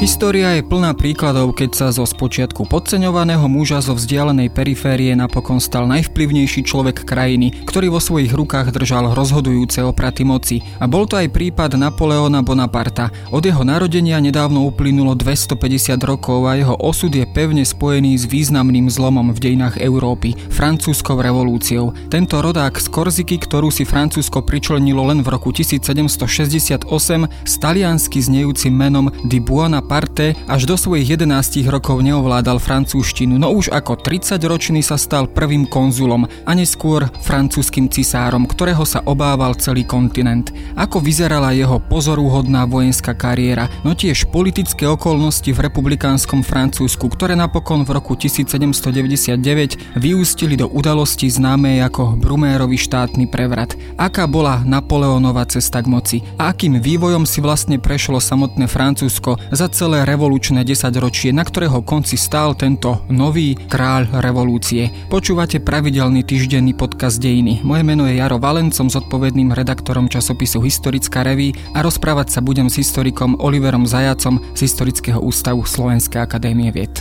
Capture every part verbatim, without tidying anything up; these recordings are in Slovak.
História je plná príkladov, keď sa zo spočiatku podceňovaného muža zo vzdialenej periférie napokon stal najvplyvnejší človek krajiny, ktorý vo svojich rukách držal rozhodujúce opraty moci. A bol to aj prípad Napoleona Bonaparta. Od jeho narodenia nedávno uplynulo dvestopäťdesiat rokov a jeho osud je pevne spojený s významným zlomom v dejinách Európy, francúzskou revolúciou. Tento rodák z Korziky, ktorú si Francúzsko pričlenilo len v roku tisícsedemstošesťdesiatosem, s taliansky znejúcim menom Di Buonaparte až do svojich jedenástich rokov neovládal francúzštinu, no už ako tridsaťročný sa stal prvým konzulom a neskôr francúzskym cisárom, ktorého sa obával celý kontinent. Ako vyzerala jeho pozoruhodná vojenská kariéra, no tiež politické okolnosti v republikánskom Francúzsku, ktoré napokon v roku tisícsedemstodeväťdesiatdeväť vyústili do udalosti známej ako Brumérový štátny prevrat. Aká bola Napoleónova cesta k moci a akým vývojom si vlastne prešlo samotné Francúzsko za celé revolučné desaťročie, na ktorého konci stál tento nový kráľ revolúcie. Počúvate pravidelný týždenný podcast Dejiny. Moje meno je Jaro Valencom, zodpovedným redaktorom časopisu Historická reví, a rozprávať sa budem s historikom Oliverom Zajacom z Historického ústavu Slovenskej akadémie vied.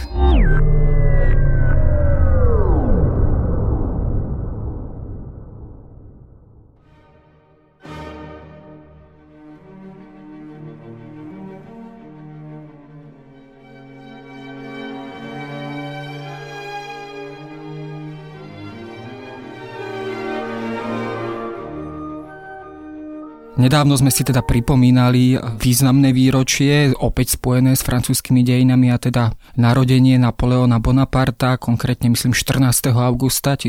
Nedávno sme si teda pripomínali významné výročie, opäť spojené s francúzskymi dejinami, a teda narodenie Napoleona Bonaparta, konkrétne myslím štrnásteho augusta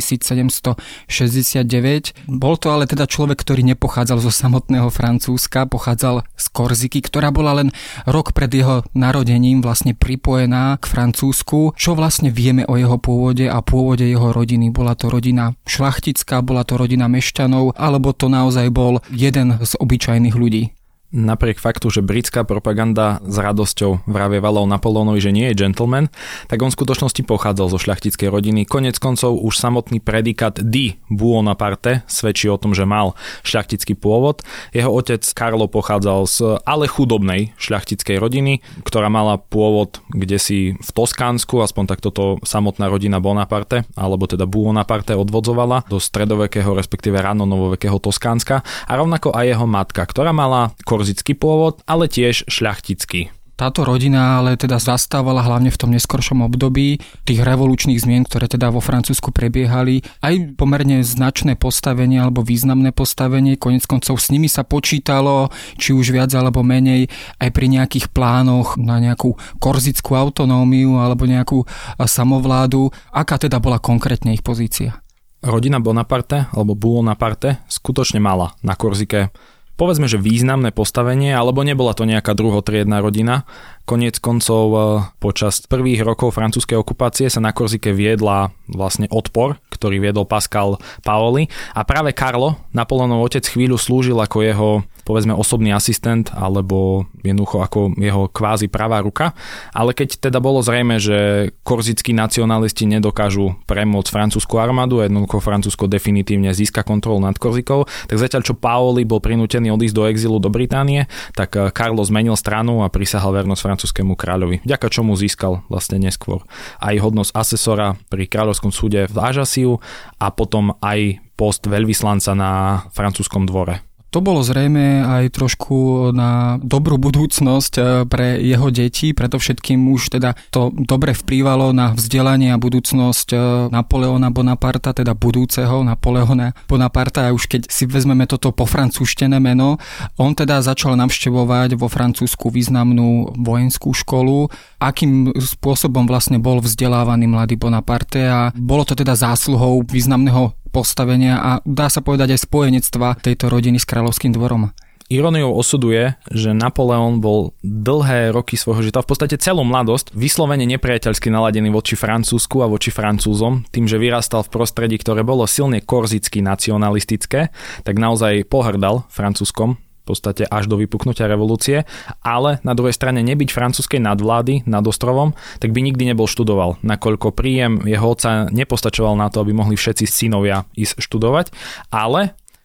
tisícsedemstošesťdesiatdeväť. Bol to ale teda človek, ktorý nepochádzal zo samotného Francúzska, pochádzal z Korziky, ktorá bola len rok pred jeho narodením vlastne pripojená k Francúzsku. Čo vlastne vieme o jeho pôvode a pôvode jeho rodiny? Bola to rodina šlachtická, bola to rodina mešťanov, alebo to naozaj bol jeden z obyčajných ľudí? Napriek faktu, že britská propaganda s radosťou vravievala o Napoleónovi, že nie je gentleman, tak on v skutočnosti pochádzal zo šľachtickej rodiny. Konec koncov už samotný predikát Di Buonaparte svedčí o tom, že mal šľachtický pôvod. Jeho otec Karlo pochádzal z ale chudobnej šľachtickej rodiny, ktorá mala pôvod kdesi v Toskánsku, aspoň tak toto samotná rodina Bonaparte, alebo teda Buonaparte odvodzovala do stredovekého, respektíve ráno novovekého Toskánska, a rovnako aj jeho matka, ktorá mala korzický pôvod, ale tiež šľachtický. Táto rodina ale teda zastávala hlavne v tom neskoršom období tých revolučných zmien, ktoré teda vo Francúzsku prebiehali, aj pomerne značné postavenie alebo významné postavenie. Koniec koncov s nimi sa počítalo, či už viac alebo menej, aj pri nejakých plánoch na nejakú korzickú autonómiu alebo nejakú samovládu. Aká teda bola konkrétne ich pozícia? Rodina Bonaparte alebo Buonaparte skutočne mala na Korzike, povedzme, že významné postavenie, alebo nebola to nejaká druhotriedna rodina. Koniec koncov počas prvých rokov francúzskej okupácie sa na Korzike viedla vlastne odpor, ktorý viedol Pascal Paoli, a práve Karlo, Napoleónov otec, chvíľu slúžil ako jeho, povedzme, osobný asistent alebo jednoducho ako jeho kvázi pravá ruka. Ale keď teda bolo zrejme, že korzickí nacionalisti nedokážu premôcť francúzsku armádu a jednoducho Francúzsko definitívne získa kontrolu nad Korzikou, tak zatiaľ čo Paoli bol prinútený odísť do exilu do Británie, tak Karlo zmenil stranu a prisahal vernosť francúzskému kráľovi, vďaka čomu získal vlastne neskôr aj hodnosť asesora pri kráľovskom súde v Ajacciu a potom aj post veľvyslanca na francúzskom dvore. To bolo zrejme aj trošku na dobrú budúcnosť pre jeho deti, preto všetkým už teda to dobre vplývalo na vzdelanie a budúcnosť Napoleona Bonaparta, teda budúceho Napoleona Bonaparta. A už keď si vezmeme toto pofrancúzštené meno, on teda začal navštevovať vo Francúzsku významnú vojenskú školu. Akým spôsobom vlastne bol vzdelávaný mladý Bonaparte, a bolo to teda zásluhou významného postavenia a dá sa povedať aj spojenectva tejto rodiny s kráľovským dvorom. Iróniou osudu je, že Napoleon bol dlhé roky svojho života, v podstate celú mladosť, vyslovene nepriateľsky naladený voči Francúzsku a voči Francúzom, tým, že vyrastal v prostredí, ktoré bolo silne korzicky nacionalistické, tak naozaj pohrdal Francúzskom, v podstate až do vypuknutia revolúcie, ale na druhej strane nebyť francúzskej nadvlády nad ostrovom, tak by nikdy nebol študoval, nakoľko príjem jeho otca nepostačoval na to, aby mohli všetci synovia ísť študovať, ale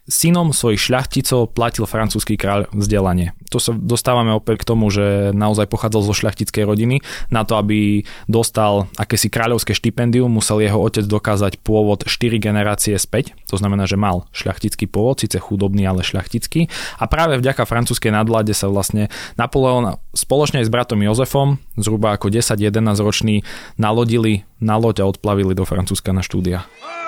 Synom svojich šľachticov platil francúzsky kráľ vzdelanie. To sa dostávame opäť k tomu, že naozaj pochádzal zo šľachtickej rodiny. Na to, aby dostal akési kráľovské štipendium, musel jeho otec dokázať pôvod štyri generácie späť. To znamená, že mal šľachtický pôvod, síce chudobný, ale šľachtický. A práve vďaka francúzskej nadvláde sa vlastne Napoleon spoločne s bratom Jozefom, zhruba ako desať jedenásť roční, nalodili na loď a odplavili do Francúzska na štúdia.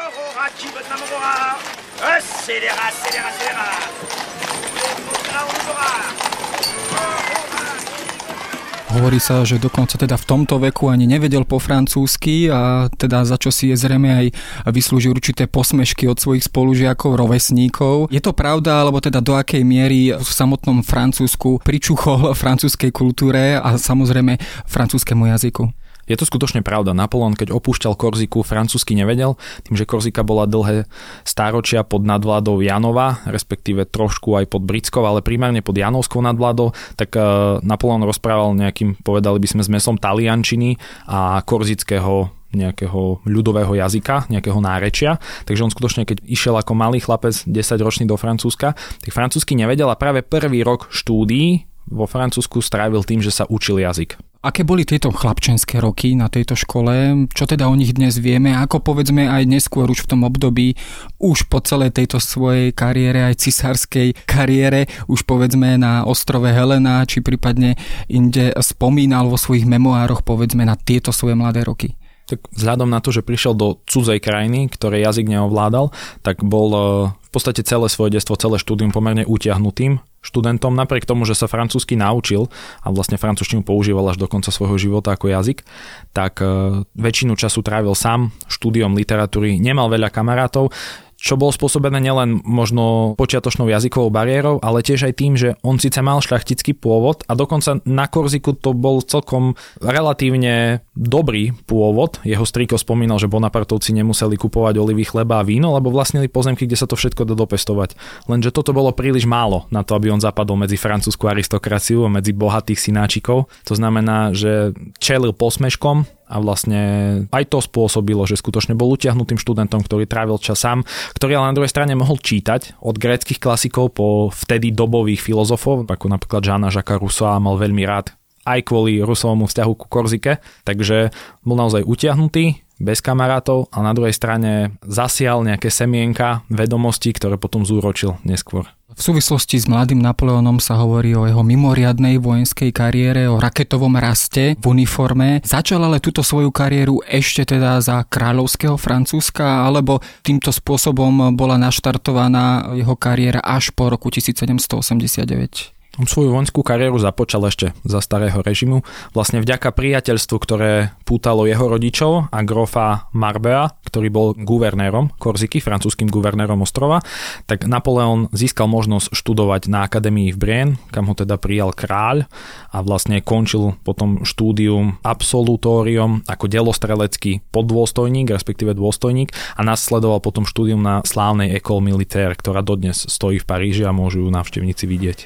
Hovorí sa, že dokonca teda v tomto veku ani nevedel po francúzsky a teda za čo si je zrejme aj vyslúžil určité posmešky od svojich spolužiakov, rovesníkov. Je to pravda, alebo teda do akej miery v samotnom Francúzsku pričuchol francúzskej kultúre a samozrejme francúzskému jazyku? Je to skutočne pravda. Napoleon, keď opúšťal Korziku, francúzsky nevedel, tým, že Korzika bola dlhé stáročia pod nadvládou Janova, respektíve trošku aj pod britskou, ale primárne pod janovskou nadvládou, tak Napoleon rozprával nejakým, povedali by sme, zmesom taliančiny a korzického nejakého ľudového jazyka, nejakého nárečia. Takže on skutočne, keď išiel ako malý chlapec desaťročný do Francúzska, tak francúzsky nevedel a práve prvý rok štúdií vo Francúzsku strávil tým, že sa učil jazyk. Aké boli tieto chlapčenské roky na tejto škole? Čo teda o nich dnes vieme? Ako povedzme aj neskôr už v tom období, už po celej tejto svojej kariére, aj cisárskej kariére, už povedzme na ostrove Helena, či prípadne inde spomínal vo svojich memoároch povedzme na tieto svoje mladé roky? Tak vzhľadom na to, že prišiel do cudzej krajiny, ktoré jazyk neovládal, tak bol v podstate celé svoje detstvo, celé štúdium pomerne utiahnutým študentom, napriek tomu, že sa francúzsky naučil a vlastne francúzštinu používal až do konca svojho života ako jazyk, tak väčšinu času trávil sám štúdiom literatúry, nemal veľa kamarátov, čo bolo spôsobené nielen možno počiatočnou jazykovou bariérou, ale tiež aj tým, že on síce mal šľachtický pôvod a dokonca na Korziku to bol celkom relatívne dobrý pôvod. Jeho strýko spomínal, že Bonapartovci nemuseli kupovať olivy, chleba a víno, lebo vlastnili pozemky, kde sa to všetko dá dopestovať. Lenže toto bolo príliš málo na to, aby on zapadol medzi francúzsku aristokraciu a medzi bohatých synáčikov. To znamená, že čelil posmeškom a vlastne aj to spôsobilo, že skutočne bol utiahnutým študentom, ktorý trávil čas sám, ktorý ale na druhej strane mohol čítať od gréckych klasikov po vtedy dobových filozofov, ako napríklad Jeana Jacquesa Rousseau, mal veľmi rád aj kvôli Rousseaumu vzťahu ku Korzike, takže bol naozaj utiahnutý, bez kamarátov a na druhej strane zasial nejaké semienka vedomostí, ktoré potom zúročil neskôr. V súvislosti s mladým Napoleónom sa hovorí o jeho mimoriadnej vojenskej kariére, o raketovom raste v uniforme. Začal ale túto svoju kariéru ešte teda za kráľovského Francúzska, alebo týmto spôsobom bola naštartovaná jeho kariéra až po roku tisícsedemstoosemdesiatdeväť? On svoju vojenskú kariéru započal ešte za starého režimu. Vlastne vďaka priateľstvu, ktoré pútalo jeho rodičov a grofa Marbea, ktorý bol guvernérom Korziky, francúzskym guvernérom ostrova, tak Napoleon získal možnosť študovať na akadémii v Brienne, kam ho teda prijal kráľ a vlastne končil potom štúdium absolutórium ako delostrelecký poddôstojník, respektíve dôstojník a nasledoval potom štúdium na slávnej École Militaire, ktorá dodnes stojí v Paríži a môžu ju návštevníci vidieť.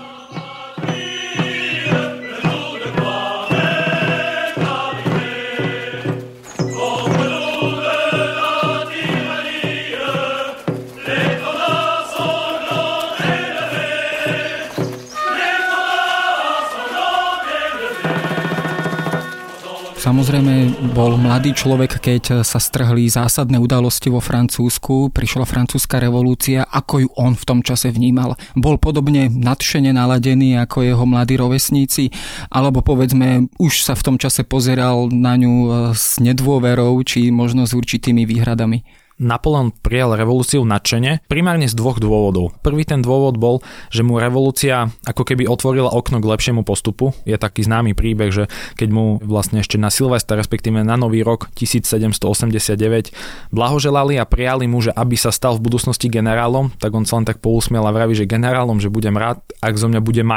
Samozrejme bol mladý človek, keď sa strhli zásadné udalosti vo Francúzsku, prišla francúzska revolúcia, ako ju on v tom čase vnímal. Bol podobne nadšene naladený ako jeho mladí rovesníci, alebo povedzme už sa v tom čase pozeral na ňu s nedôverou, či možno s určitými výhradami. Napoleon prijal revolúciu nadšene, primárne z dvoch dôvodov. Prvý ten dôvod bol, že mu revolúcia ako keby otvorila okno k lepšiemu postupu. Je taký známy príbeh, že keď mu vlastne ešte na Silvestra, respektíve na Nový rok tisícsedemstoosemdesiatdeväť blahoželali a prijali mu, že aby sa stal v budúcnosti generálom, tak on sa len tak pousmiel a vraví, že generálom, že budem rád, ak zo mňa bude major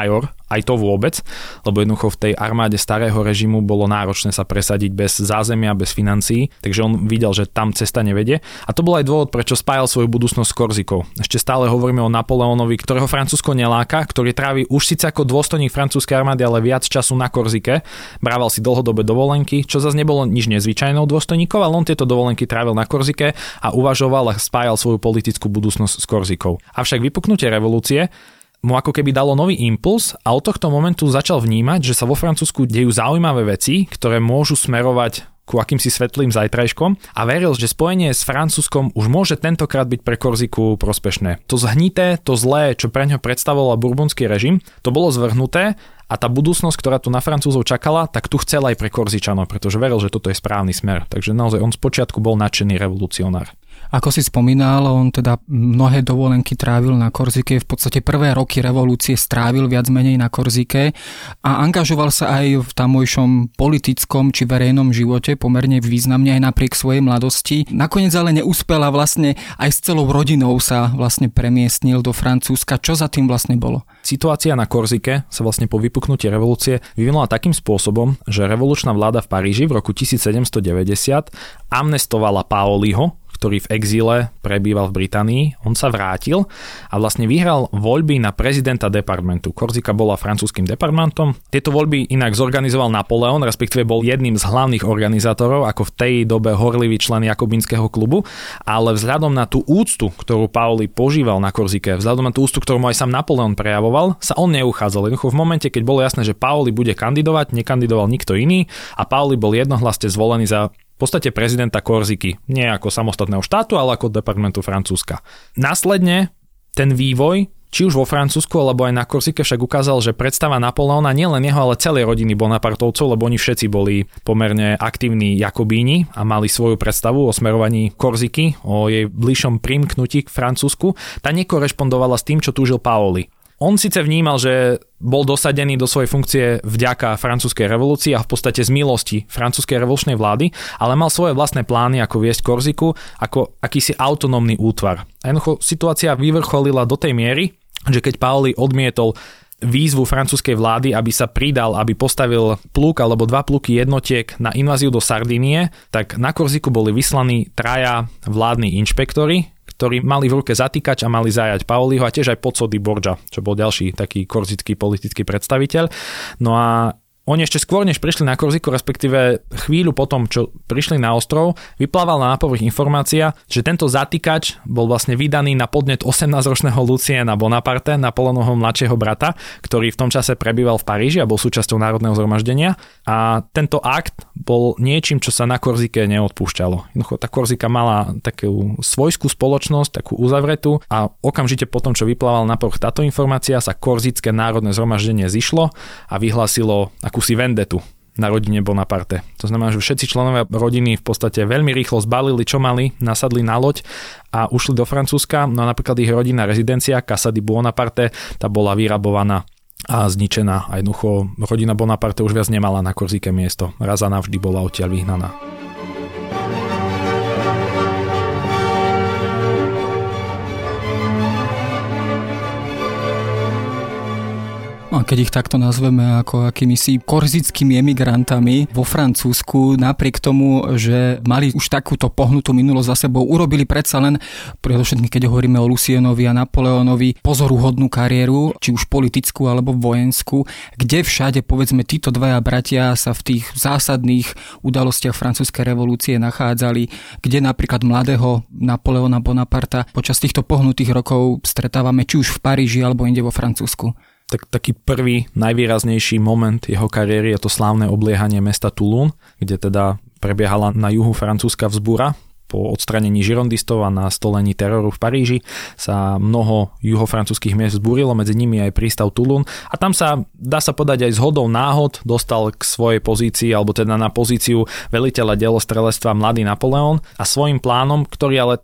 aj to vôbec, lebo jednoducho v tej armáde starého režimu bolo náročné sa presadiť bez zázemia, bez financií, takže on videl, že tam cesta nevedie. A to bol aj dôvod, prečo spájal svoju budúcnosť s Korzikou. Ešte stále hovoríme o Napoleónovi, ktorého Francúzsko neláka, ktorý trávi už síce ako dôstojník francúzskej armády, ale viac času na Korzike. Brával si dlhodobé dovolenky, čo zase nebolo nič nezvyčajnou dôstojníkov, ale on tieto dovolenky trávil na Korzike a uvažoval a spájal svoju politickú budúcnosť s Korzikou. Avšak vypuknutie revolúcie mu ako keby dalo nový impuls a od tohto momentu začal vnímať, že sa vo Francúzsku dejú zaujímavé veci, ktoré môžu smerovať ku akýmsi svetlým zajtrajškom a veril, že spojenie s Francúzskom už môže tentokrát byť pre Korziku prospešné. To zhnité, to zlé, čo pre ňo predstavoval bourbonský režim, to bolo zvrhnuté a tá budúcnosť, ktorá tu na Francúzov čakala, tak tu chcel aj pre Korzičanov, pretože veril, že toto je správny smer. Takže naozaj on spočiatku bol nadšený revolucionár. Ako si spomínal, on teda mnohé dovolenky trávil na Korzike, v podstate prvé roky revolúcie strávil viac menej na Korzike a angažoval sa aj v tamojšom politickom či verejnom živote pomerne významne aj napriek svojej mladosti. Nakoniec ale neúspel a vlastne aj s celou rodinou sa vlastne premiestnil do Francúzska. Čo za tým vlastne bolo? Situácia na Korzike sa vlastne po vypuknutí revolúcie vyvinula takým spôsobom, že revolučná vláda v Paríži v roku tisícsedemstodeväťdesiat amnestovala Paoliho, ktorý v exíle prebýval v Británii. On sa vrátil a vlastne vyhral voľby na prezidenta departmentu. Korzika bola francúzskym departmentom. Tieto voľby inak zorganizoval Napoleon, respektíve bol jedným z hlavných organizátorov, ako v tej dobe horlivý člen Jakobínskeho klubu, ale vzhľadom na tú úctu, ktorú Paoli požíval na Korzike, vzhľadom na tú úctu, ktorú mu aj sám Napoleon prejavoval, sa on neuchádzal. Jednoducho v momente, keď bolo jasné, že Paoli bude kandidovať, nekandidoval nikto iný a Paoli bol jednohlasne zvolený za v podstate prezidenta Korziky. Nie ako samostatného štátu, ale ako departmentu Francúzska. Následne ten vývoj, či už vo Francúzsku, alebo aj na Korzike však ukázal, že predstava Napoleona nielen jeho, ale celej rodiny Bonapartovcov, lebo oni všetci boli pomerne aktívni Jakobíni a mali svoju predstavu o smerovaní Korziky, o jej bližšom primknutí k Francúzsku, tá nekorešpondovala s tým, čo túžil Paoli. On síce vnímal, že bol dosadený do svojej funkcie vďaka francúzskej revolúcii a v podstate z milosti francúzskej revolučnej vlády, ale mal svoje vlastné plány, ako viesť Korziku, ako akýsi autonómny útvar. A jednoducho situácia vyvrcholila do tej miery, že keď Paoli odmietol výzvu francúzskej vlády, aby sa pridal, aby postavil pluk alebo dva pluky jednotiek na inváziu do Sardínie, tak na Korziku boli vyslaní traja vládni inšpektori, ktorí mali v ruke zatýkač a mali zajať Paoliho a tiež aj Pozzò di Borgia, čo bol ďalší taký korzický politický predstaviteľ. No a oni ešte skôr, než prišli na Korziku, respektíve chvíľu potom, čo prišli na ostrov, vyplávala na povrch informácia, že tento zatýkač bol vlastne vydaný na podnet osemnásťročného Luciena Bonaparte, Napoleónovho mladšieho brata, ktorý v tom čase prebýval v Paríži a bol súčasťou národného zhromaždenia. A tento akt bol niečím, čo sa na Korzike neodpúšťalo. Jednoducho tá Korzika mala takú svojskú spoločnosť, takú uzavretú a okamžite potom, čo vyplával na povrch táto informácia, sa Korzické národné zhromaždenie zišlo a vyhlásilo akúsi vendetu na rodine Bonaparte. To znamená, že všetci členovia rodiny v podstate veľmi rýchlo zbalili, čo mali, nasadli na loď a ušli do Francúzska. No a napríklad ich rodinná rezidencia Casa di Bonaparte, tá bola vyrabovaná a zničená. A jednoducho rodina Bonaparte už viac nemala na Korzike miesto. Raz a navždy bola odtiaľ vyhnaná. A keď ich takto nazveme ako akýmisi korzickými emigrantami vo Francúzsku, napriek tomu, že mali už takúto pohnutú minulosť za sebou, urobili predsa len, predovšetkým keď hovoríme o Lucienovi a Napoleónovi, pozoruhodnú kariéru, či už politickú alebo vojenskú, kde všade, povedzme, títo dvaja bratia sa v tých zásadných udalostiach francúzskej revolúcie nachádzali, kde napríklad mladého Napoleóna Bonaparta počas týchto pohnutých rokov stretávame či už v Paríži alebo inde vo Francúzsku. Tak taký prvý najvýraznejší moment jeho kariéry je to slávne obliehanie mesta Toulon, kde teda prebiehala na juhu Francúzska vzbúra. Po odstranení žirondistov a nastolení teroru v Paríži sa mnoho juhofrancúzskych miest vzbúrilo, medzi nimi aj prístav Toulon a tam sa, dá sa povedať, aj zhodou náhod dostal k svojej pozícii, alebo teda na pozíciu veliteľa delostrelectva mladý Napoleon a svojim plánom, ktorý ale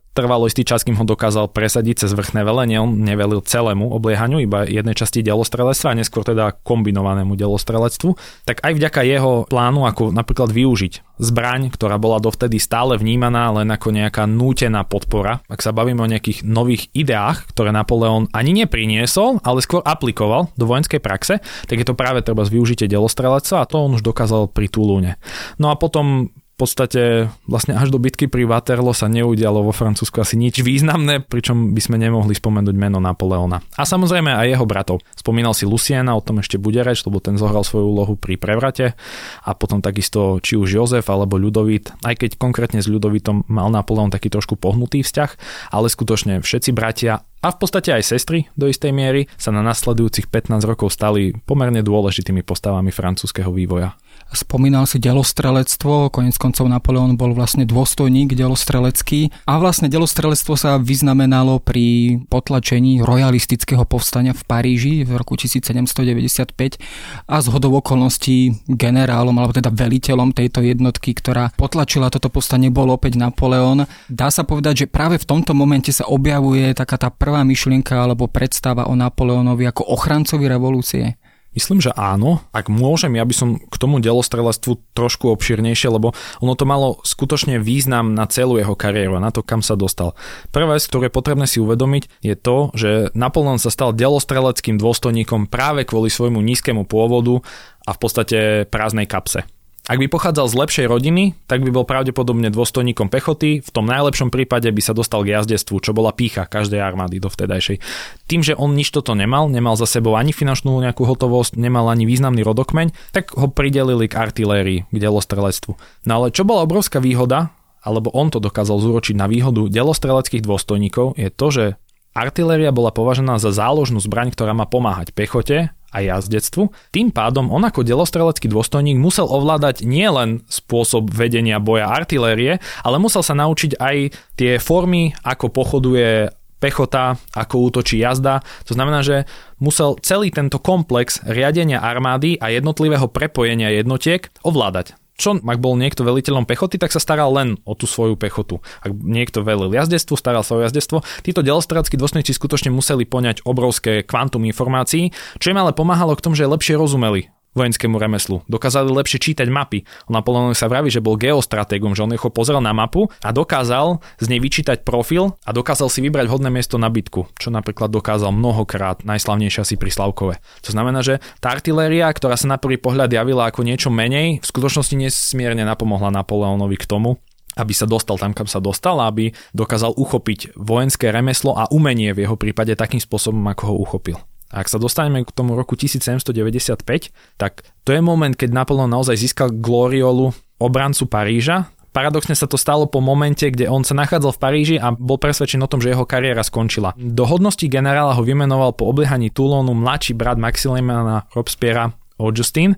Trvalo istý čas, kým ho dokázal presadiť cez vrchné velenie, on nevelil celému obliehaniu, iba jednej časti delostrelectva a neskôr teda kombinovanému delostrelectvu. Tak aj vďaka jeho plánu, ako napríklad využiť zbraň, ktorá bola dovtedy stále vnímaná len ako nejaká nútená podpora. Ak sa bavíme o nejakých nových ideách, ktoré Napoleon ani nepriniesol, ale skôr aplikoval do vojenskej praxe, tak je to práve treba z využitie delostrelectva a to on už dokázal pri Toulone. No a potom v podstate vlastne až do bitky pri Waterloo sa neudialo vo Francúzsku asi nič významné, pričom by sme nemohli spomenúť meno Napoleona. A samozrejme aj jeho bratov. Spomínal si Luciana, o tom ešte bude reč, lebo ten zohral svoju úlohu pri prevrate a potom takisto či už Jozef alebo Ľudovít, aj keď konkrétne s Ľudovítom mal Napoleon taký trošku pohnutý vzťah, ale skutočne všetci bratia a v podstate aj sestry do istej miery sa na nasledujúcich pätnásť rokov stali pomerne dôležitými postavami francúzskeho vývoja. Spomínal si delostrelectvo, koniec koncov Napoleon bol vlastne dôstojník delostrelecký a vlastne delostrelectvo sa vyznamenalo pri potlačení rojalistického povstania v Paríži v roku tisícsedemstodeväťdesiatpäť a zhodou okolností generálom alebo teda veliteľom tejto jednotky, ktorá potlačila toto povstanie, bol opäť Napoleon. Dá sa povedať, že práve v tomto momente sa objavuje taká tá prvá myšlienka alebo predstava o Napoleónovi ako ochrancovi revolúcie? Myslím, že áno. Ak môžem, ja by som k tomu delostrelectvu trošku obširnejšie, lebo ono to malo skutočne význam na celú jeho kariéru a na to, kam sa dostal. Prvá vec, ktorú je potrebné si uvedomiť, je to, že Napoleon sa stal delostreleckým dôstojníkom práve kvôli svojmu nízkemu pôvodu a v podstate prázdnej kapse. Ak by pochádzal z lepšej rodiny, tak by bol pravdepodobne dôstojníkom pechoty, v tom najlepšom prípade by sa dostal k jazdectvu, čo bola pýcha každej armády do vtedajšej. Tým, že on nič toto nemal, nemal za sebou ani finančnú nejakú hotovosť, nemal ani významný rodokmeň, tak ho pridelili k artilérii, k delostrelectvu. No ale čo bola obrovská výhoda, alebo on to dokázal zúročiť na výhodu delostreleckých dôstojníkov, je to, že artiléria bola považená za záložnú zbraň, ktorá má pomáhať pechote a jazdectvu. Tým pádom on ako delostrelecký dôstojník musel ovládať nielen spôsob vedenia boja artilérie, ale musel sa naučiť aj tie formy, ako pochoduje pechota, ako útočí jazda. To znamená, že musel celý tento komplex riadenia armády a jednotlivého prepojenia jednotiek ovládať. Čo, ak bol niekto veliteľom pechoty, tak sa staral len o tú svoju pechotu. Ak niekto velil jazdectvu, staral sa o jazdectvo. Títo delostreleckí dôstojníci skutočne museli poňať obrovské kvantum informácií, čo im ale pomáhalo k tomu, že lepšie rozumeli vojenskému remeslu. Dokázali lepšie čítať mapy. Napoleon sa vraví, že bol geostratégom, že on jeho pozrel na mapu a dokázal z nej vyčítať profil a dokázal si vybrať vhodné miesto na bitku, čo napríklad dokázal mnohokrát, najslavnejšie asi pri Slavkove. To znamená, že tá artiléria, ktorá sa na prvý pohľad javila ako niečo menej, v skutočnosti nesmierne napomohla Napoleónovi k tomu, aby sa dostal tam, kam sa dostal, aby dokázal uchopiť vojenské remeslo a umenie v jeho prípade takým spôsobom, ako ho uchopil. A ak sa dostaneme k tomu roku tisícsedemstodeväťdesiatpäť, tak to je moment, keď Napoleon naozaj získal glóriolu obrancu Paríža. Paradoxne sa to stalo po momente, kde on sa nachádzal v Paríži a bol presvedčený o tom, že jeho kariéra skončila. Do hodnosti generála ho vymenoval po obliehaní Toulonu mladší brat Maximiliana Robespierra Augustin.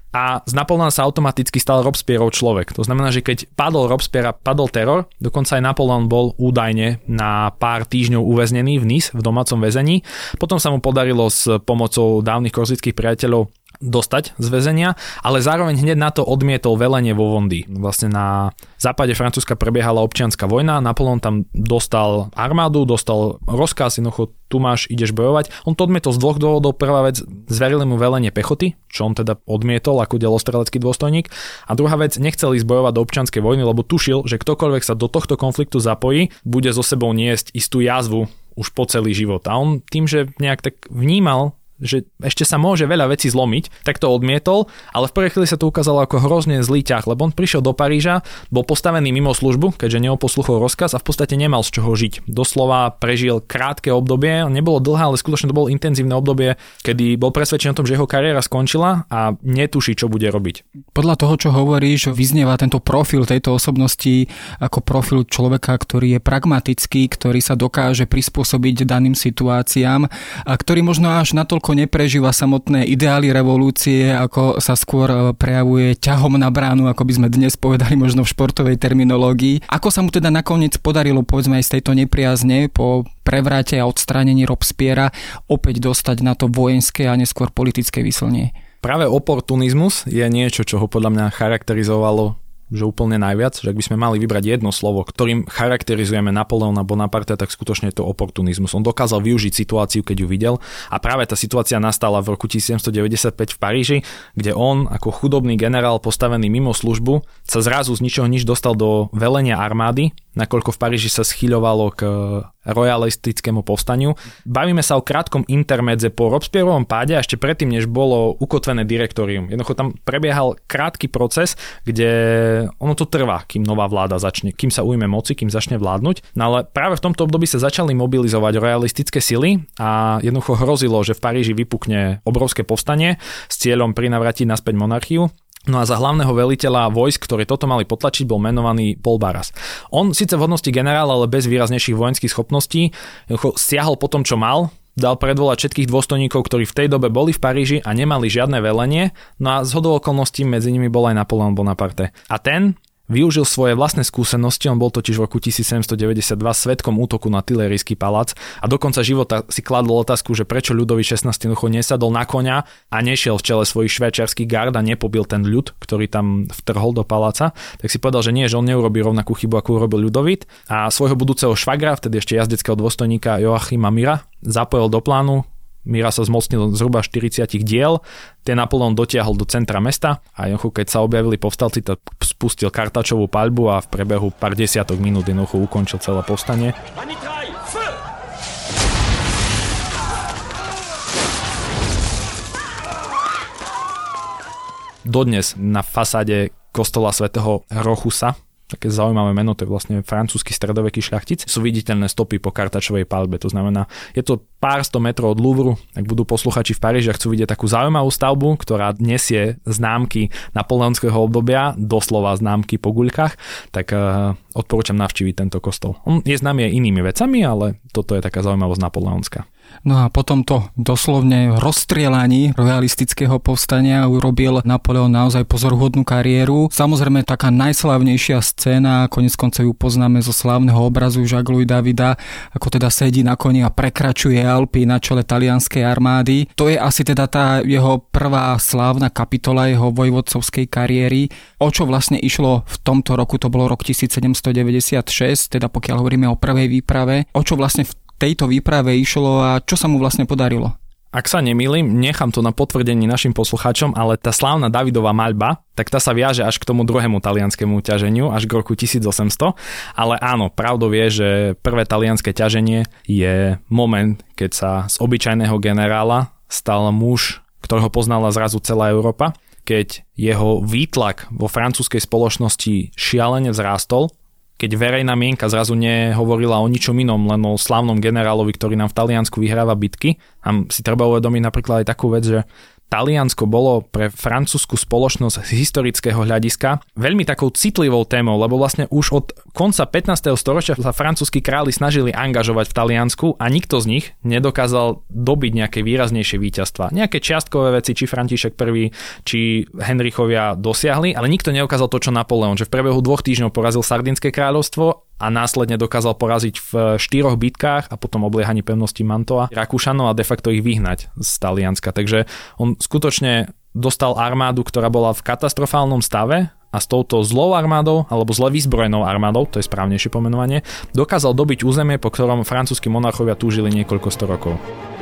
A z Napoleona sa automaticky stal Robespierrov človek. To znamená, že keď padol Robespierre, padol teror, dokonca aj Napoleon bol údajne na pár týždňov uväznený v Nice, v domácom väzení. Potom sa mu podarilo s pomocou dávnych korzických priateľov dostať z väzenia, ale zároveň hneď na to odmietol velenie vo Vendée. Vlastne na západe Francúzska prebiehala občianska vojna, Napoleon tam dostal armádu, dostal rozkaz, jednoducho tu máš, ideš bojovať. On to odmietol z dvoch dôvodov. Prvá vec, zverili mu velenie pechoty, čo on teda odmietol ako delostrelecký dôstojník. A druhá vec, nechcel ísť bojovať do občianskej vojny, lebo tušil, že ktokoľvek sa do tohto konfliktu zapojí, bude so sebou niesť istú jazvu už po celý život. A on tým, že nejak tak vnímal, že ešte sa môže veľa vecí zlomiť, tak to odmietol, ale v prvej chvíli sa to ukázalo ako hrozne zlý ťah, lebo on prišiel do Paríža, bol postavený mimo službu, keďže neoposluchol rozkaz a v podstate nemal z čoho žiť. Doslova prežil krátke obdobie, nebolo dlhé, ale skutočne to bolo intenzívne obdobie, kedy bol presvedčený o tom, že jeho kariéra skončila a netuší, čo bude robiť. Podľa toho, čo hovoríš, vyznieva tento profil tejto osobnosti ako profil človeka, ktorý je pragmatický, ktorý sa dokáže prispôsobiť daným situáciám a ktorý možno až natoľko neprežíva samotné ideály revolúcie, ako sa skôr prejavuje ťahom na bránu, ako by sme dnes povedali možno v športovej terminológii. Ako sa mu teda nakoniec podarilo, povedzme aj z tejto nepriazne po prevrate a odstránení Robespierra opäť dostať na to vojenské a neskôr politické výslnie? Práve oportunizmus je niečo, čo ho podľa mňa charakterizovalo že úplne najviac, že ak by sme mali vybrať jedno slovo, ktorým charakterizujeme Napoleona Bonaparte, tak skutočne je to oportunizmus. On dokázal využiť situáciu, keď ju videl, a práve tá situácia nastala v roku tisícsedemstodeväťdesiatpäť v Paríži, kde on ako chudobný generál postavený mimo službu sa zrazu z ničoho nič dostal do velenia armády, nakoľko v Paríži sa schyľovalo k royalistickému povstaniu. Bavíme sa o krátkom intermedze po Robespierrovom páde a ešte predtým, než bolo ukotvené direktórium. Jednoducho tam prebiehal krátky proces, kde ono to trvá, kým nová vláda začne, kým sa ujme moci, kým začne vládnuť. No ale práve v tomto období sa začali mobilizovať royalistické sily a jednoducho hrozilo, že v Paríži vypukne obrovské povstanie s cieľom prinavrátiť naspäť monarchiu. No a za hlavného veliteľa vojsk, ktoré toto mali potlačiť, bol menovaný Paul Barras. On síce v hodnosti generála, ale bez výraznejších vojenských schopností, siahol po tom, čo mal, dal predvolať všetkých dôstojníkov, ktorí v tej dobe boli v Paríži a nemali žiadne velenie, no a zhodou okolností medzi nimi bol aj Napoleon Bonaparte. A ten využil svoje vlastné skúsenosti, on bol totiž v roku tisícsedemstodeväťdesiatdva svedkom útoku na Tuilerijský palác a do konca života si kladol otázku, že prečo Ľudovít šestnásty jednoducho nesadol na koňa a nešiel v čele svojich švajčiarskych gard a nepobil ten ľud, ktorý tam vtrhol do paláca, tak si povedal, že nie, že on neurobí rovnakú chybu, ako urobil Ľudovít, a svojho budúceho švagra, vtedy ešte jazdeckého dôstojníka Joachima Mira, zapojil do plánu. Mira sa zmocnil zhruba štyridsať diel, tie Napoleon dotiahol do centra mesta a jednoducho, keď sa objavili povstalci, tak spustil kartačovú paľbu a v priebehu pár desiatok minút jednoducho ukončil celé povstanie. Dodnes na fasáde kostola svätého Rochusa, také zaujímavé meno, to je vlastne francúzsky stredoveký šľachtic, sú viditeľné stopy po kartačovej paľbe. To znamená, je to pár sto metrov od Louvru. Ak budú posluchači v Paríži a chcú vidieť takú zaujímavú stavbu, ktorá nesie známky napoleonského obdobia, doslova známky po guľkách, tak uh, odporúčam navštíviť tento kostol. On je známy aj inými vecami, ale toto je taká zaujímavosť napoleonská. No a potom to doslovne rozstrielaní royalistického povstania urobil Napoleon naozaj pozoruhodnú kariéru. Samozrejme taká najslávnejšia scéna, konec koncov ju poznáme zo slávneho obrazu Jacques Louis Davida, ako teda sedí na koni a prekračuje Alpy na čele talianskej armády. To je asi teda tá jeho prvá slávna kapitola jeho vojvodcovskej kariéry. O čo vlastne išlo v tomto roku, to bolo rok tisícsedemstodeväťdesiatšesť, teda pokiaľ hovoríme o prvej výprave, o čo vlastne v tejto výprave išlo a čo sa mu vlastne podarilo? Ak sa nemýlim, nechám to na potvrdení našim poslucháčom, ale tá slávna Davidova maľba, tak tá sa viaže až k tomu druhému talianskému ťaženiu, až k roku tisícosemsto. Ale áno, pravdou je, že prvé talianské ťaženie je moment, keď sa z obyčajného generála stal muž, ktorého poznala zrazu celá Európa, keď jeho výtlak vo francúzskej spoločnosti šialene vzrástol, keď verejná mienka zrazu nehovorila o ničom inom, len o slávnom generálovi, ktorý nám v Taliansku vyhráva bitky. A si treba uvedomiť napríklad aj takú vec, že Taliansko bolo pre francúzsku spoločnosť z historického hľadiska veľmi takou citlivou témou, lebo vlastne už od konca pätnásteho storočia sa francúzski králi snažili angažovať v Taliansku a nikto z nich nedokázal dobiť nejaké výraznejšie víťazstva. Nejaké čiastkové veci, či František prvý, či Henrichovia dosiahli, ale nikto nedokázal to, čo Napoleon, že v priebehu dvoch týždňov porazil Sardinské kráľovstvo a následne dokázal poraziť v štyroch bitkách a potom obliehaní pevnosti Mantova Rakúšanov a de facto ich vyhnať z Talianska. Takže on skutočne dostal armádu, ktorá bola v katastrofálnom stave a s touto zlou armádou, alebo zle vyzbrojenou armádou, to je správnejšie pomenovanie, dokázal dobiť územie, po ktorom francúzski monarchovia túžili niekoľko sto rokov.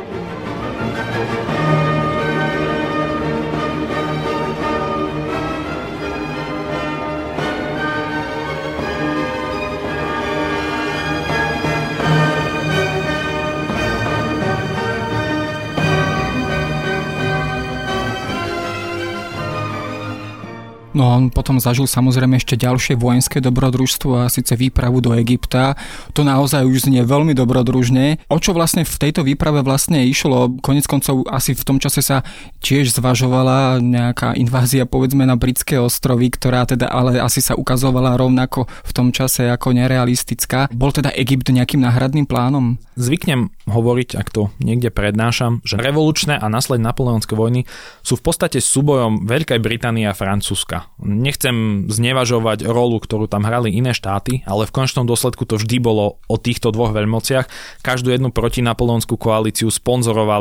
No a on potom zažil samozrejme ešte ďalšie vojenské dobrodružstvo a síce výpravu do Egypta. To naozaj už znie veľmi dobrodružne. O čo vlastne v tejto výprave vlastne išlo? Konec koncov asi v tom čase sa tiež zvažovala nejaká invázia povedzme na Britské ostrovy, ktorá teda ale asi sa ukazovala rovnako v tom čase ako nerealistická. Bol teda Egypt nejakým náhradným plánom? Zvyknem hovoriť, ak to niekde prednášam, že revolučné a následne napoleonské vojny sú v podstate súbojom Veľkej Británie a Francúzska. Nechcem znevažovať rolu, ktorú tam hrali iné štáty, ale v konečnom dôsledku to vždy bolo o týchto dvoch veľmociach. Každú jednu protinapoleonskú koalíciu sponzorovali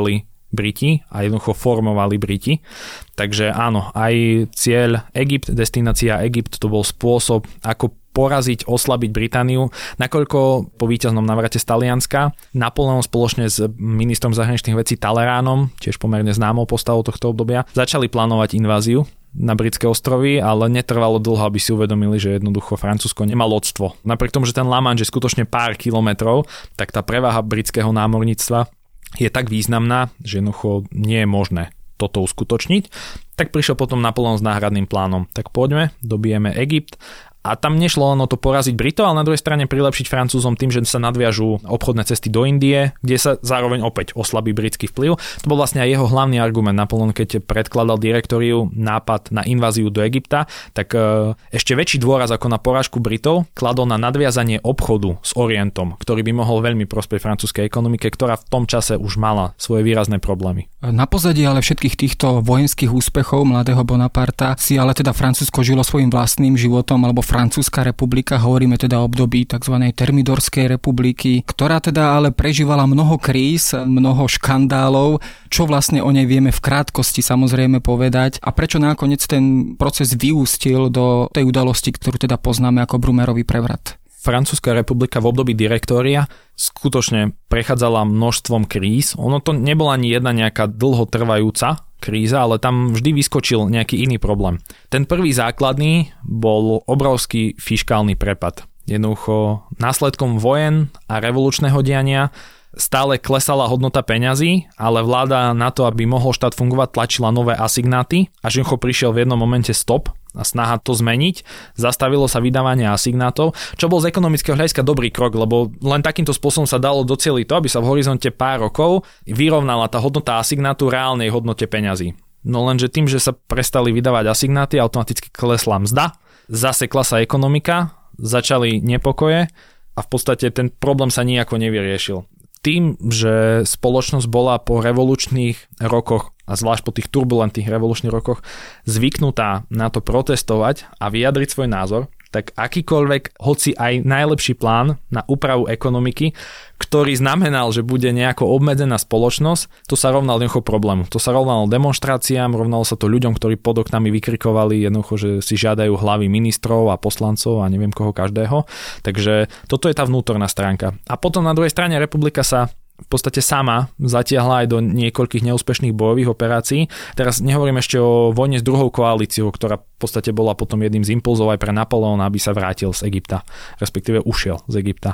Briti a jednoducho formovali Briti. Takže áno, aj cieľ Egypt, destinácia Egypt, to bol spôsob, ako poraziť, oslabiť Britániu, nakoľko po víťaznom návrate z Talianska Napoleon spoločne s ministrom zahraničných vecí Taleránom, tiež pomerne známou postavou tohto obdobia, začali plánovať inváziu na britské ostrovy, ale netrvalo dlho, aby si uvedomili, že jednoducho Francúzsko nemá lodstvo. Napriek tomu, že ten La Manche je skutočne pár kilometrov, tak tá prevaha britského námorníctva je tak významná, že jednoducho nie je možné toto uskutočniť. Tak prišiel potom Napoleon s náhradným plánom. Tak poďme, dobijeme Egypt. A tam nešlo len o to poraziť Britov, ale na druhej strane prilepšiť Francúzom tým, že sa nadviažú obchodné cesty do Indie, kde sa zároveň opäť oslabí britský vplyv. To bol vlastne aj jeho hlavný argument. Napoleon, keď predkladal direktóriu nápad na inváziu do Egypta, tak ešte väčší dôraz ako na porážku Britov kladol na nadviazanie obchodu s Orientom, ktorý by mohol veľmi prospieť francúzskej ekonomike, ktorá v tom čase už mala svoje výrazné problémy. Na pozadí ale všetkých týchto vojenských úspechov mladého Bonaparta si ale teda Francúzsko žilo svojím vlastným životom, alebo Francúzska republika, hovoríme teda o období tzv. Termidorskej republiky, ktorá teda ale prežívala mnoho kríz, mnoho škandálov, čo vlastne o nej vieme v krátkosti samozrejme povedať a prečo nakoniec ten proces vyústil do tej udalosti, ktorú teda poznáme ako Brumaierový prevrat. Francúzska republika v období direktória skutočne prechádzala množstvom kríz. Ono to nebola ani jedna nejaká dlhotrvajúca kríza, ale tam vždy vyskočil nejaký iný problém. Ten prvý základný bol obrovský fiškálny prepad. Jednoducho následkom vojen a revolučného diania stále klesala hodnota peňazí, ale vláda na to, aby mohol štát fungovať, tlačila nové asignáty a že prišiel v jednom momente stop a snaha to zmeniť, zastavilo sa vydávanie asignátov, čo bol z ekonomického hľadiska dobrý krok, lebo len takýmto spôsobom sa dalo docieliť to, aby sa v horizonte pár rokov vyrovnala tá hodnota asignátu reálnej hodnote peňazí. No lenže tým, že sa prestali vydávať asignáty, automaticky klesla mzda, zasekla sa ekonomika, začali nepokoje a v podstate ten problém sa nijako nevyriešil. Tým, že spoločnosť bola po revolučných rokoch a zvlášť po tých turbulentných revolučných rokoch zvyknutá na to protestovať a vyjadriť svoj názor, tak akýkoľvek, hoci aj najlepší plán na úpravu ekonomiky, ktorý znamenal, že bude nejako obmedzená spoločnosť, to sa rovnalo jednoducho problému. To sa rovnalo demonštráciám, rovnalo sa to ľuďom, ktorí pod oknami vykrikovali jednoducho, že si žiadajú hlavy ministrov a poslancov a neviem koho každého. Takže toto je tá vnútorná stránka. A potom na druhej strane republika sa v podstate sama zatiahla aj do niekoľkých neúspešných bojových operácií. Teraz nehovorím ešte o vojne s druhou koalíciou, ktorá v podstate bola potom jedným z impulzov aj pre Napoleona, aby sa vrátil z Egypta, respektíve ušiel z Egypta.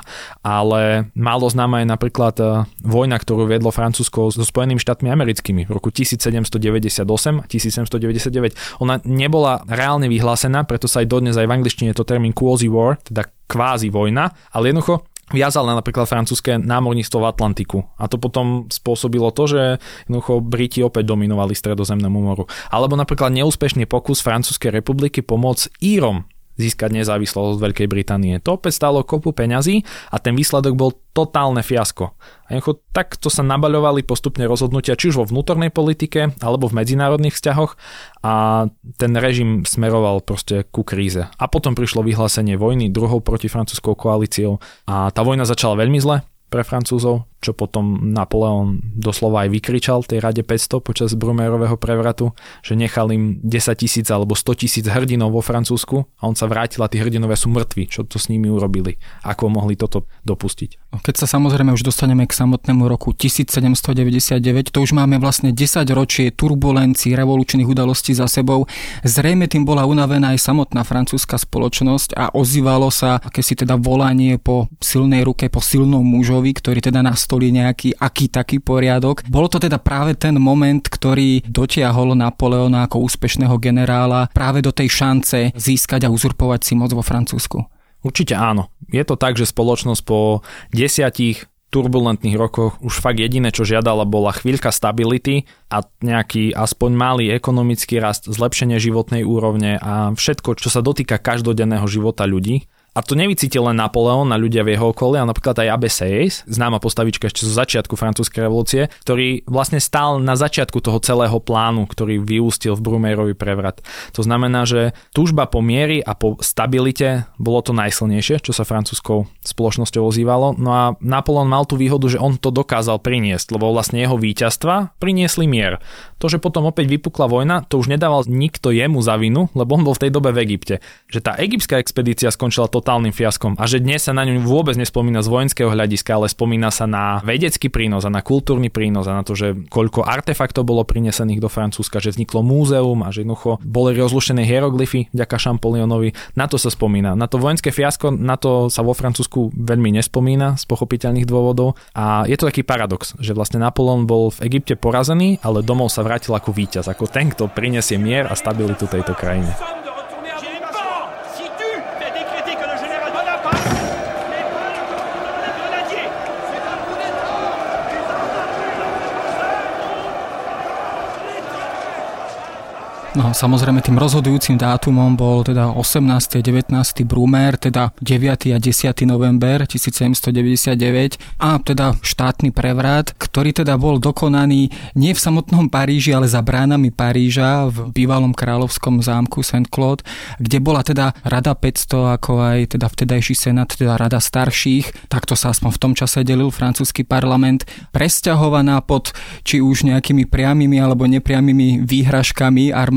Ale málo známa je napríklad vojna, ktorú viedlo Francúzsko so Spojenými štátmi americkými v roku tisícsedemstodeväťdesiatosem a tisícsedemstodeväťdesiatdeväť. Ona nebola reálne vyhlásená, preto sa aj dodnes aj v angličtine je to termín quasi war, teda kvázi vojna, ale jednoducho viazal napríklad francúzske námorníctvo v Atlantiku. A to potom spôsobilo to, že jednoducho Briti opäť dominovali Stredozemnému moru. Alebo napríklad neúspešný pokus Francúzskej republiky pomôcť Írom získať nezávislosť od Veľkej Británie. To opäť stálo kopu peňazí a ten výsledok bol totálne fiasko. A jednoducho takto sa nabaľovali postupne rozhodnutia či už vo vnútornej politike alebo v medzinárodných vzťahoch a ten režim smeroval proste ku kríze. A potom prišlo vyhlásenie vojny druhou protifrancúzskou koalíciou a tá vojna začala veľmi zle pre Francúzov, čo potom Napoleon doslova aj vykričal tej rade päťsto počas Brumaierového prevratu, že nechal im desaťtisíc alebo stotisíc hrdinov vo Francúzsku a on sa vrátil a tí hrdinovia sú mŕtvi. Čo to s nimi urobili? Ako mohli toto dopustiť? Keď sa samozrejme už dostaneme k samotnému roku tisícsedemstodeväťdesiatdeväť, to už máme vlastne desaťročie turbulencií, revolučných udalostí za sebou. Zrejme tým bola unavená aj samotná francúzska spoločnosť a ozývalo sa akési teda volanie po silnej ruke, po silnom mužovi, ktorý teda nastolí nejaký aký taký poriadok. Bolo to teda práve ten moment, ktorý dotiahol Napoleona ako úspešného generála práve do tej šance získať a uzurpovať si moc vo Francúzsku? Určite áno. Je to tak, že spoločnosť po desiatich turbulentných rokoch už fakt jediné, čo žiadala, bola chvíľka stability a nejaký aspoň malý ekonomický rast, zlepšenie životnej úrovne a všetko, čo sa dotýka každodenného života ľudí. A to nevycítil len Napoleon a ľudia v jeho okolí, ale napríklad aj Abbé Sieyès, známa postavička ešte zo začiatku francúzskej revolúcie, ktorý vlastne stál na začiatku toho celého plánu, ktorý vyústil v Brumayerový prevrat. To znamená, že túžba po miery a po stabilite bolo to najsilnejšie, čo sa francúzskou spoločnosťou ozývalo. No a Napoleon mal tú výhodu, že on to dokázal priniesť, lebo vlastne jeho víťazstva priniesli mier. To, že potom opäť vypukla vojna, to už nedával nikto jemu za vinu, lebo on bol v tej dobe v Egypte. Že tá egyptská expedícia skončila totálnym fiaskom a že dnes sa na ňu vôbec nespomína z vojenského hľadiska, ale spomína sa na vedecký prínos a na kultúrny prínos a na to, že koľko artefaktov bolo prinesených do Francúzska, že vzniklo múzeum a že jednoducho boli rozluštené hieroglyfy vďaka Champolliónovi. Na to sa spomína. Na to vojenské fiasko, na to sa vo Francúzsku veľmi nespomína z pochopiteľných dôvodov a je to taký paradox, že vlastne Napoleon bol v Egypte porazený, ale domov sa vrátil ako víťaz, ako ten, kto prinesie mier a stabilitu tejto krajine. No samozrejme tým rozhodujúcim dátumom bol teda osemnásteho a devätnásteho Brumaire, teda deviateho a desiateho november tisícsedemstodeväťdesiatdeväť a teda štátny prevrat, ktorý teda bol dokonaný nie v samotnom Paríži, ale za bránami Paríža v bývalom kráľovskom zámku Saint-Claude, kde bola teda Rada päťsto, ako aj teda vtedajší senát, teda Rada starších, takto sa aspoň v tom čase delil francúzsky parlament, presťahovaná pod či už nejakými priamými alebo nepriamými výhražkami armády.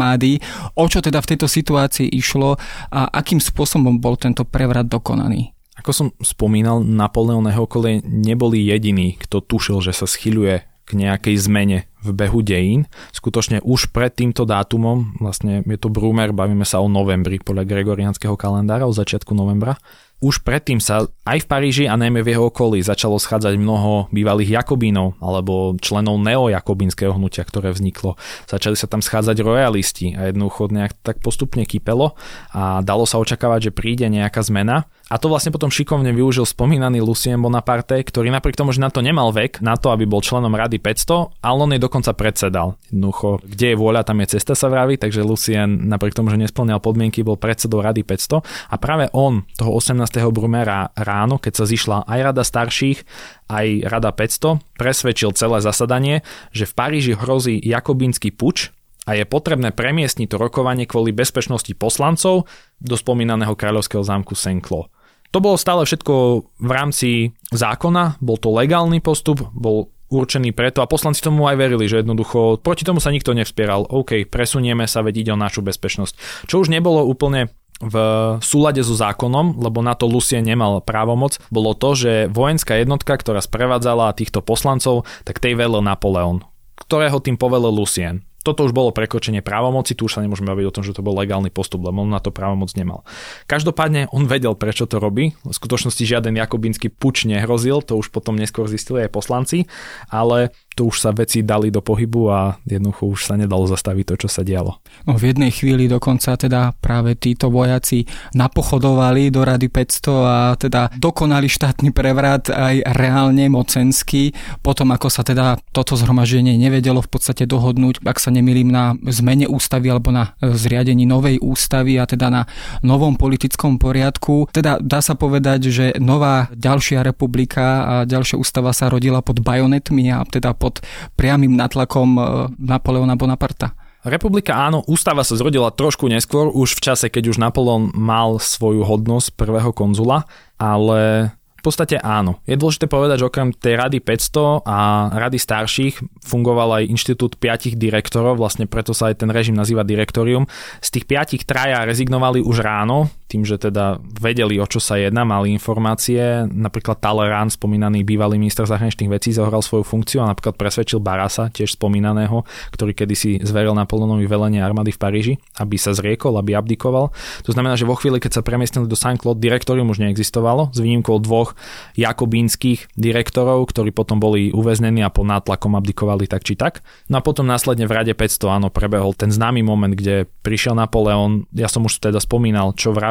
O čo teda v tejto situácii išlo a akým spôsobom bol tento prevrat dokonaný? Ako som spomínal, Napoleon a jeho okolie neboli jediní, kto tušil, že sa schyľuje k nejakej zmene v behu dejín. Skutočne už pred týmto dátumom, vlastne je to Brumaire, bavíme sa o novembri podľa gregoriánskeho kalendára, o začiatku novembra. Už predtým sa aj v Paríži a najmä v jeho okolí začalo schádzať mnoho bývalých jakobínov alebo členov neojakobínskeho hnutia, ktoré vzniklo. Začali sa tam schádzať royalisti a jednoducho nejak tak postupne kypelo a dalo sa očakávať, že príde nejaká zmena. A to vlastne potom šikovne využil spomínaný Lucien Bonaparte, ktorý napriek tomu, že na to nemal vek, na to, aby bol členom Rady päťsto, ale on jej dokonca predsedal. Jednoducho, kde je vôľa, tam je cesta, sa vraví, takže Lucien napriek tomu, že nespĺňal podmienky, bol predsedou Rady päťsto a práve on toho osemnásteho Brumaira ráno, keď sa zišla aj Rada starších, aj Rada päťsto, presvedčil celé zasadanie, že v Paríži hrozí jakobínsky puč a je potrebné premiestniť to rokovanie kvôli bezpečnosti poslancov do spomínaného kráľovského zámku Saint-Claude. To bolo stále všetko v rámci zákona, bol to legálny postup, bol určený preto a poslanci tomu aj verili, že jednoducho proti tomu sa nikto nevspieral. OK, presunieme sa, veď ide o našu bezpečnosť. Čo už nebolo úplne v súlade so zákonom, lebo na to Lucien nemal právomoc, bolo to, že vojenská jednotka, ktorá sprevádzala týchto poslancov, tak tej velil Napoleon, ktorého tým povelil Lucien. Toto už bolo prekročenie právomoci, tu už sa nemôžeme baviť o tom, že to bol legálny postup, lebo on na to právomoc nemal. Každopádne on vedel, prečo to robí. V skutočnosti žiaden jakobínsky puč nehrozil, to už potom neskôr zistili aj poslanci, ale tu už sa veci dali do pohybu a jednoducho už sa nedalo zastaviť to, čo sa dialo. No, v jednej chvíli dokonca teda práve títo vojaci napochodovali do Rady päťsto a teda dokonali štátny prevrat aj reálne mocenský. Potom ako sa teda toto zhromaždenie nevedelo v podstate dohodnúť, ak sa nemýlim, na zmene ústavy alebo na zriadení novej ústavy a teda na novom politickom poriadku. Teda dá sa povedať, že nová ďalšia republika a ďalšia ústava sa rodila pod bajonetmi a teda pod priamym natlakom Napoleona Bonaparta. Republika áno, ústava sa zrodila trošku neskôr, už v čase, keď už Napoleon mal svoju hodnosť prvého konzula, ale v podstate áno. Je dôležité povedať, že okrem tej Rady päťsto a Rady starších fungoval aj inštitút piatich direktorov, vlastne preto sa aj ten režim nazýva direktorium. Z tých piatich traja rezignovali už ráno, tým, že teda vedeli, o čo sa jedná, mali informácie. Napríklad Talleyrand, spomínaný bývalý minister zahraničných vecí, zohral svoju funkciu a napríklad presvedčil Barrasa, tiež spomínaného, ktorý kedysi zveril Napoleonovi velenie armády v Paríži, aby sa zriekol, aby abdikoval. To znamená, že vo chvíli, keď sa premiestnili do Saint-Claude, direktorium už neexistovalo, s výnimkou dvoch jakobínskych direktorov, ktorí potom boli uväznení a pod nátlakom abdikovali tak či tak. No a potom následne v Rade päťsto áno prebehol ten známy moment, kde prišiel Napoleon. Ja som už teda spomínal, čo vravel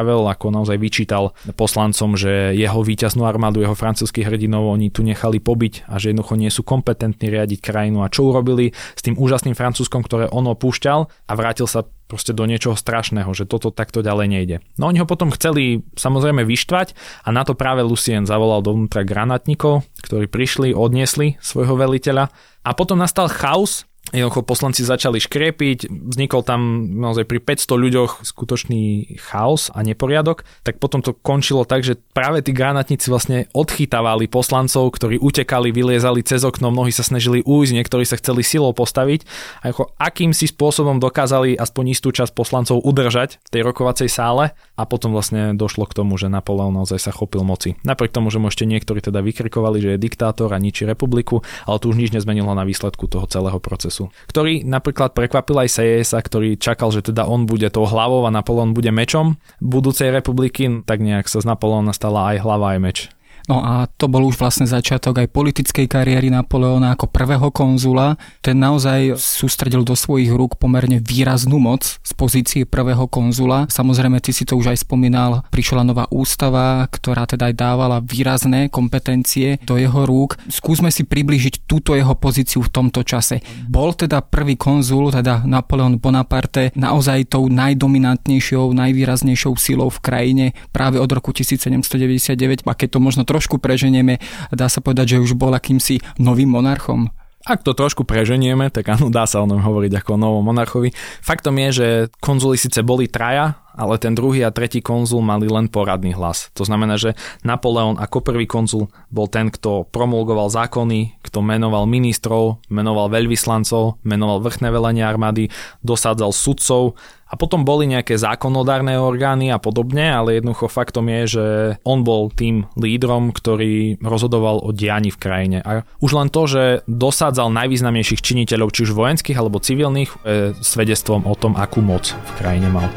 vravel, ako naozaj vyčítal poslancom, že jeho víťaznú armádu, jeho francúzskych hrdinov oni tu nechali pobiť a že jednoducho nie sú kompetentní riadiť krajinu. A čo urobili s tým úžasným Francúzskom, ktoré on opúšťal a vrátil sa proste do niečoho strašného, že toto takto ďalej nejde. No oni ho potom chceli samozrejme vyštvať a na to práve Lucien zavolal dovnútra granátnikov, ktorí prišli, odniesli svojho veliteľa a potom nastal chaos. Jednoducho poslanci začali škriepiť, vznikol tam naozaj pri päťsto ľuďoch skutočný chaos a neporiadok, tak potom to končilo tak, že práve tí granátnici vlastne odchytávali poslancov, ktorí utekali, vyliezali cez okno, mnohí sa snažili ujsť, niektorí sa chceli silou postaviť a ako akýmsi spôsobom dokázali aspoň istú časť poslancov udržať v tej rokovacej sále a potom vlastne došlo k tomu, že Napoleon naozaj sa chopil moci. Napriek tomu, že mu ešte niektorí teda vykrikovali, že je diktátor a ničí republiku, ale to už nič nezmenilo na výsledku toho celého procesu, ktorý napríklad prekvapil aj Sieyesa, ktorý čakal, že teda on bude tou hlavou a Napoleon bude mečom budúcej republiky, tak nejak sa z Napoleona stala aj hlava aj meč. No a to bol už vlastne začiatok aj politickej kariéry Napoleona ako prvého konzula. Ten naozaj sústredil do svojich rúk pomerne výraznú moc z pozície prvého konzula. Samozrejme, ty si to už aj spomínal, prišla nová ústava, ktorá teda aj dávala výrazné kompetencie do jeho rúk. Skúsme si priblížiť túto jeho pozíciu v tomto čase. Bol teda prvý konzul, teda Napoleon Bonaparte, naozaj tou najdominantnejšou, najvýraznejšou silou v krajine práve od roku tisícsedemstodeväťdesiatdeväť, a keď to možno trošku preženieme, dá sa povedať, že už bol akýmsi novým monarchom. Ak to trošku preženieme, tak áno, dá sa o ňom hovoriť ako o novom monarchovi. Faktom je, že konzuli síce boli traja, ale ten druhý a tretí konzul mali len poradný hlas. To znamená, že Napoleon ako prvý konzul bol ten, kto promulgoval zákony, kto menoval ministrov, menoval veľvyslancov, menoval vrchné velenie armády, dosádzal sudcov a potom boli nejaké zákonodárne orgány a podobne, ale jednoducho faktom je, že on bol tým lídrom, ktorý rozhodoval o dianí v krajine. A už len to, že dosádzal najvýznamnejších činiteľov, či už vojenských alebo civilných, je svedectvom o tom, akú moc v krajine mal.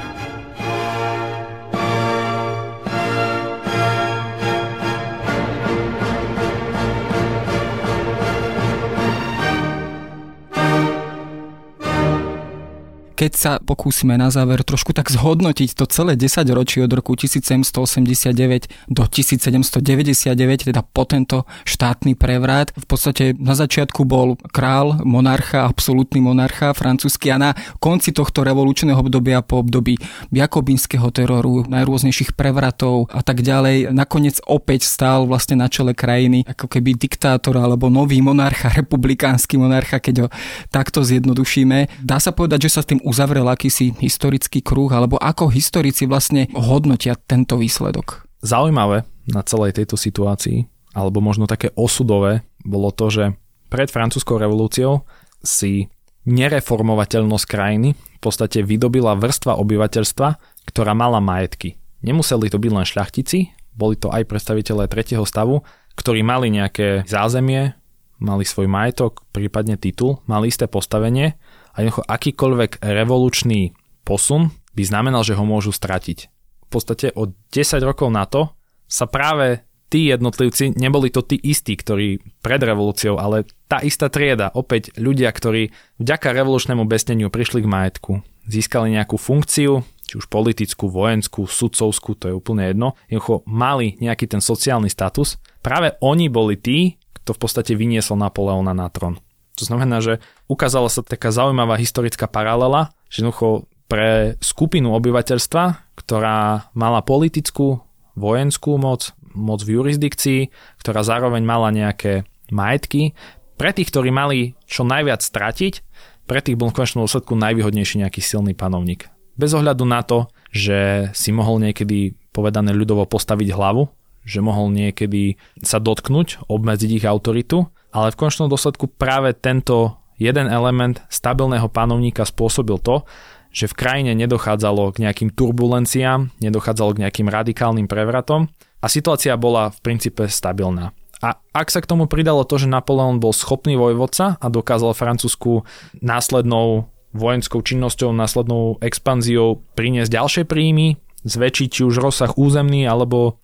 Keď sa pokúsime na záver trošku tak zhodnotiť to celé desaťročie od roku tisícsedemstoosemdesiatdeväť do tisícsedemstodeväťdesiatdeväť, teda po tento štátny prevrat, v podstate na začiatku bol král, monarcha, absolútny monarcha francúzsky a na konci tohto revolučného obdobia, po období jakobínskeho teroru, najrôznejších prevratov a tak ďalej, nakoniec opäť stál vlastne na čele krajiny ako keby diktátor alebo nový monarcha, republikánsky monarcha, keď ho takto zjednodušíme. Dá sa povedať, že sa s tým uzavrel akýsi historický kruh, alebo ako historici vlastne hodnotia tento výsledok? Zaujímavé na celej tejto situácii, alebo možno také osudové, bolo to, že pred francúzskou revolúciou si nereformovateľnosť krajiny v podstate vydobila vrstva obyvateľstva, ktorá mala majetky. Nemuseli to byť len šľachtici, boli to aj predstavitelia tretieho stavu, ktorí mali nejaké zázemie, mali svoj majetok, prípadne titul, mali isté postavenie a jednoducho akýkoľvek revolučný posun by znamenal, že ho môžu stratiť. V podstate o desať rokov na to sa práve tí jednotlivci, neboli to tí istí, ktorí pred revolúciou, ale tá istá trieda, opäť ľudia, ktorí vďaka revolučnému besneniu prišli k majetku, získali nejakú funkciu, či už politickú, vojenskú, sudcovskú, to je úplne jedno, jednoducho mali nejaký ten sociálny status. Práve oni boli tí, kto v podstate vyniesol Napoleona na trón. To znamená, že ukázala sa taká zaujímavá historická paralela, že jednoducho pre skupinu obyvateľstva, ktorá mala politickú, vojenskú moc, moc v jurisdikcii, ktorá zároveň mala nejaké majetky, pre tých, ktorí mali čo najviac stratiť, pre tých bol v konečnom dôsledku najvýhodnejší nejaký silný panovník. Bez ohľadu na to, že si mohol niekedy povedané ľudovo postaviť hlavu, že mohol niekedy sa dotknúť, obmedziť ich autoritu, ale v konečnom dôsledku práve tento jeden element stabilného panovníka spôsobil to, že v krajine nedochádzalo k nejakým turbulenciám, nedochádzalo k nejakým radikálnym prevratom a situácia bola v princípe stabilná. A ak sa k tomu pridalo to, že Napoleon bol schopný vojvodca a dokázal Francúzsku následnou vojenskou činnosťou, následnou expanziou priniesť ďalšie príjmy, zväčšiť či už rozsah územný alebo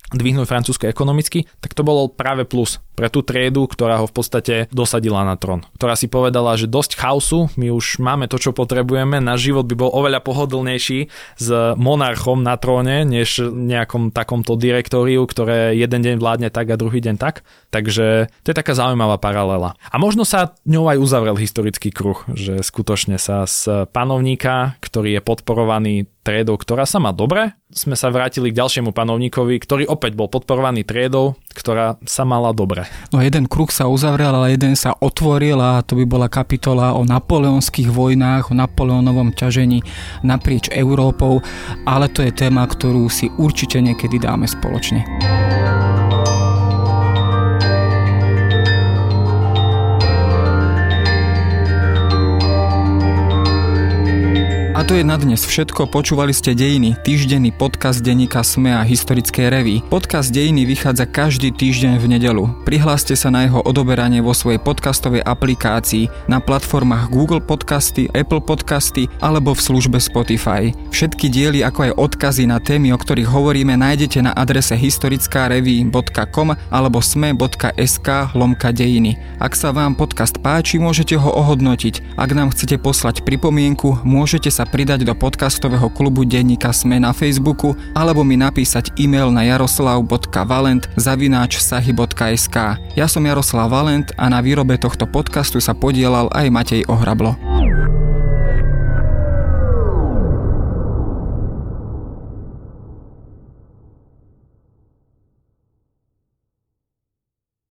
dvihnúť Francúzsko ekonomicky, tak to bolo práve plus pre tú triedu, ktorá ho v podstate dosadila na trón. Ktorá si povedala, že dosť chaosu, my už máme to, čo potrebujeme, náš život by bol oveľa pohodlnejší s monarchom na tróne, než nejakom takomto direktóriu, ktoré jeden deň vládne tak a druhý deň tak. Takže to je taká zaujímavá paralela. A možno sa ňou aj uzavrel historický kruh, že skutočne sa z panovníka, ktorý je podporovaný triedou, ktorá sa má dobre, sme sa vrátili k ďalšiemu panovníkovi, ktorý opäť bol podporovaný triedou, ktorá sa mala dobre. No jeden kruh sa uzavrel, ale jeden sa otvoril a to by bola kapitola o napoleonských vojnách, o Napoleonovom ťažení naprieč Európou, ale to je téma, ktorú si určite niekedy dáme spoločne. A to je na dnes všetko. Počúvali ste Dejiny, týždenný podcast denníka SME a historickej revue. Podcast Dejiny vychádza každý týždeň v nedeľu. Prihláste sa na jeho odoberanie vo svojej podcastovej aplikácii na platformách Google Podcasty, Apple Podcasty alebo v službe Spotify. Všetky diely, ako aj odkazy na témy, o ktorých hovoríme, nájdete na adrese historickarevue bodka com alebo sme bodka es ká lomka dejiny. Ak sa vám podcast páči, môžete ho ohodnotiť. Ak nám chcete poslať pripomienku, môžete sa pridať do podcastového klubu denníka SME na Facebooku alebo mi napísať e-mail na jaroslav bodka valent zavináč sahy bodka es ká. Ja som Jaroslav Valent a na výrobe tohto podcastu sa podielal aj Matej Ohrablo.